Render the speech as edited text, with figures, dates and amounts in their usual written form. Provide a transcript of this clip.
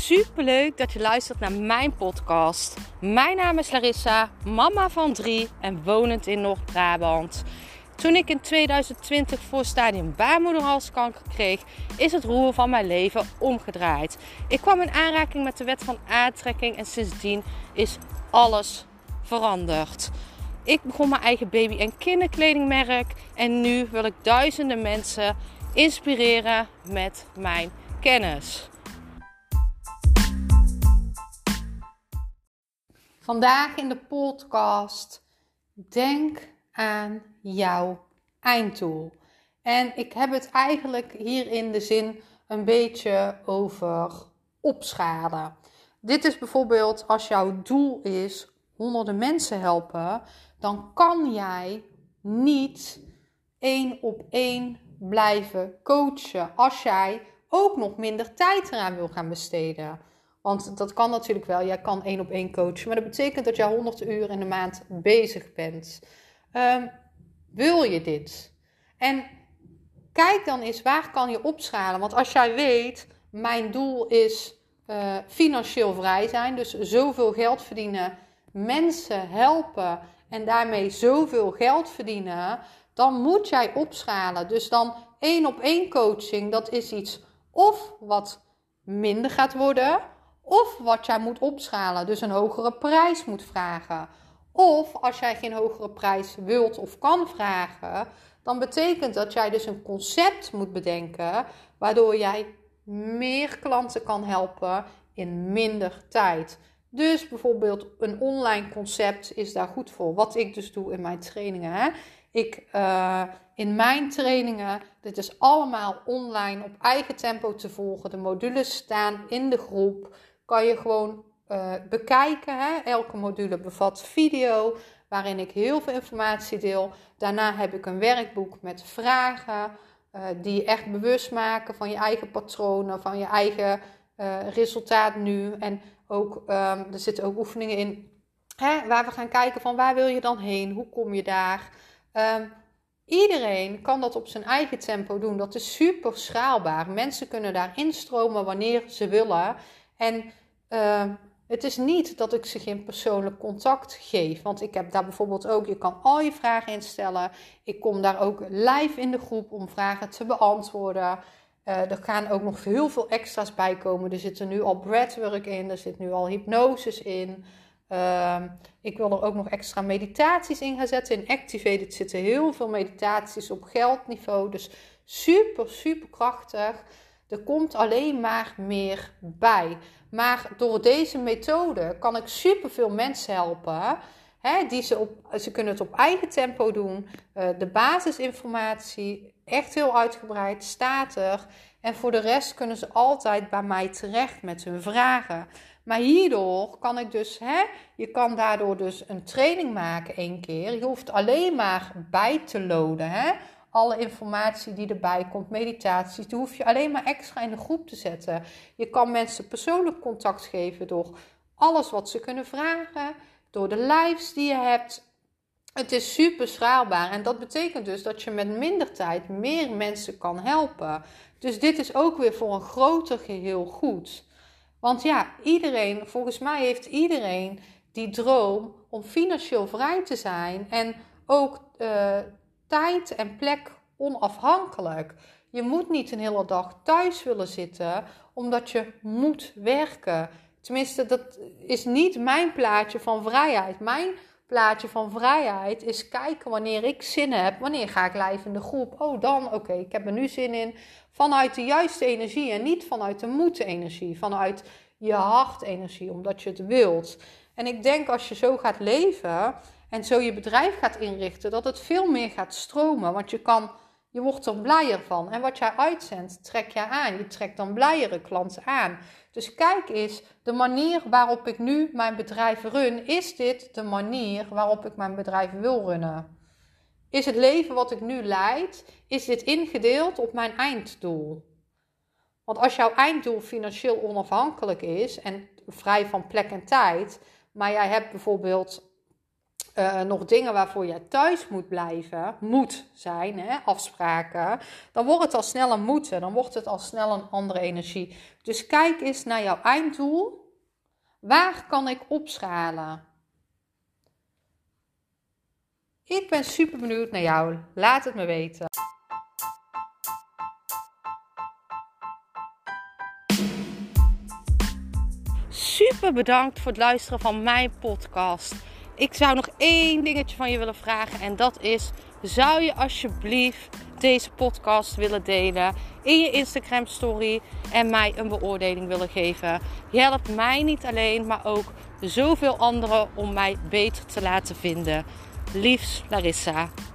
Superleuk dat je luistert naar mijn podcast. Mijn naam is Larissa, mama van 3 en wonend in Noord-Brabant. Toen ik in 2020 voor stadium baarmoederhalskanker kreeg, is het roer van mijn leven omgedraaid. Ik kwam in aanraking met de wet van aantrekking en sindsdien is alles veranderd. Ik begon mijn eigen baby- en kinderkledingmerk en nu wil ik duizenden mensen inspireren met mijn kennis. Vandaag in de podcast, denk aan jouw einddoel. En ik heb het eigenlijk hier in de zin een beetje over opschalen. Dit is bijvoorbeeld als jouw doel is honderden mensen helpen, dan kan jij niet 1-op-1 blijven coachen als jij ook nog minder tijd eraan wil gaan besteden. Want dat kan natuurlijk wel. Jij kan 1-op-1 coachen. Maar dat betekent dat jij 100 uur in de maand bezig bent. Wil je dit? En kijk dan eens, waar kan je opschalen? Want als jij weet, mijn doel is financieel vrij zijn. Dus zoveel geld verdienen. Mensen helpen. En daarmee zoveel geld verdienen. Dan moet jij opschalen. Dus dan 1-op-1 coaching. Dat is iets of wat minder gaat worden, of wat jij moet opschalen, dus een hogere prijs moet vragen. Of als jij geen hogere prijs wilt of kan vragen, dan betekent dat jij dus een concept moet bedenken, waardoor jij meer klanten kan helpen in minder tijd. Dus bijvoorbeeld een online concept is daar goed voor. Wat ik dus doe in mijn trainingen. Hè? In mijn trainingen, dit is allemaal online op eigen tempo te volgen. De modules staan in de groep. Kan je gewoon bekijken. Hè? Elke module bevat video waarin ik heel veel informatie deel. Daarna heb ik een werkboek met vragen die je echt bewust maken van je eigen patronen, van je eigen resultaat nu. En ook, er zitten ook oefeningen in waar we gaan kijken van waar wil je dan heen? Hoe kom je daar? Iedereen kan dat op zijn eigen tempo doen. Dat is super schaalbaar. Mensen kunnen daar instromen wanneer ze willen. En het is niet dat ik ze geen persoonlijk contact geef. Want ik heb daar bijvoorbeeld ook, je kan al je vragen instellen. Ik kom daar ook live in de groep om vragen te beantwoorden. Er gaan ook nog heel veel extra's bij komen. Er zit er nu al breathwork in, er zit nu al hypnosis in. Ik wil er ook nog extra meditaties in gaan zetten. In Activated zitten heel veel meditaties op geldniveau. Dus super, super krachtig. Er komt alleen maar meer bij. Maar door deze methode kan ik super veel mensen helpen. Ze kunnen het op eigen tempo doen. De basisinformatie, echt heel uitgebreid, staat er. En voor de rest kunnen ze altijd bij mij terecht met hun vragen. Maar hierdoor kan ik dus, je kan daardoor dus een training maken 1 keer. Je hoeft alleen maar bij te loaden, alle informatie die erbij komt, meditaties, die hoef je alleen maar extra in de groep te zetten. Je kan mensen persoonlijk contact geven door alles wat ze kunnen vragen, door de lives die je hebt. Het is super schaalbaar en dat betekent dus dat je met minder tijd meer mensen kan helpen. Dus dit is ook weer voor een groter geheel goed. Want ja, volgens mij heeft iedereen die droom om financieel vrij te zijn en ook tijd en plek onafhankelijk. Je moet niet een hele dag thuis willen zitten omdat je moet werken. Tenminste, dat is niet mijn plaatje van vrijheid. Mijn plaatje van vrijheid is kijken wanneer ik zin heb. Wanneer ga ik live in de groep? Oké, ik heb er nu zin in. Vanuit de juiste energie en niet vanuit de moeten energie. Vanuit je hartenergie, omdat je het wilt. En ik denk als je zo gaat leven en zo je bedrijf gaat inrichten, dat het veel meer gaat stromen. Want je wordt er blijer van. En wat jij uitzendt, trek je aan. Je trekt dan blijere klanten aan. Dus kijk eens, de manier waarop ik nu mijn bedrijf run, is dit de manier waarop ik mijn bedrijf wil runnen? Is het leven wat ik nu leid, is dit ingedeeld op mijn einddoel? Want als jouw einddoel financieel onafhankelijk is en vrij van plek en tijd, maar jij hebt bijvoorbeeld nog dingen waarvoor je thuis moet zijn, hè, afspraken, dan wordt het al snel een moeten. Dan wordt het al snel een andere energie. Dus kijk eens naar jouw einddoel. Waar kan ik opschalen? Ik ben super benieuwd naar jou. Laat het me weten. Super bedankt voor het luisteren van mijn podcast. Ik zou nog 1 dingetje van je willen vragen. En dat is, zou je alsjeblieft deze podcast willen delen in je Instagram story en mij een beoordeling willen geven? Je helpt mij niet alleen, maar ook zoveel anderen om mij beter te laten vinden. Liefs, Larissa.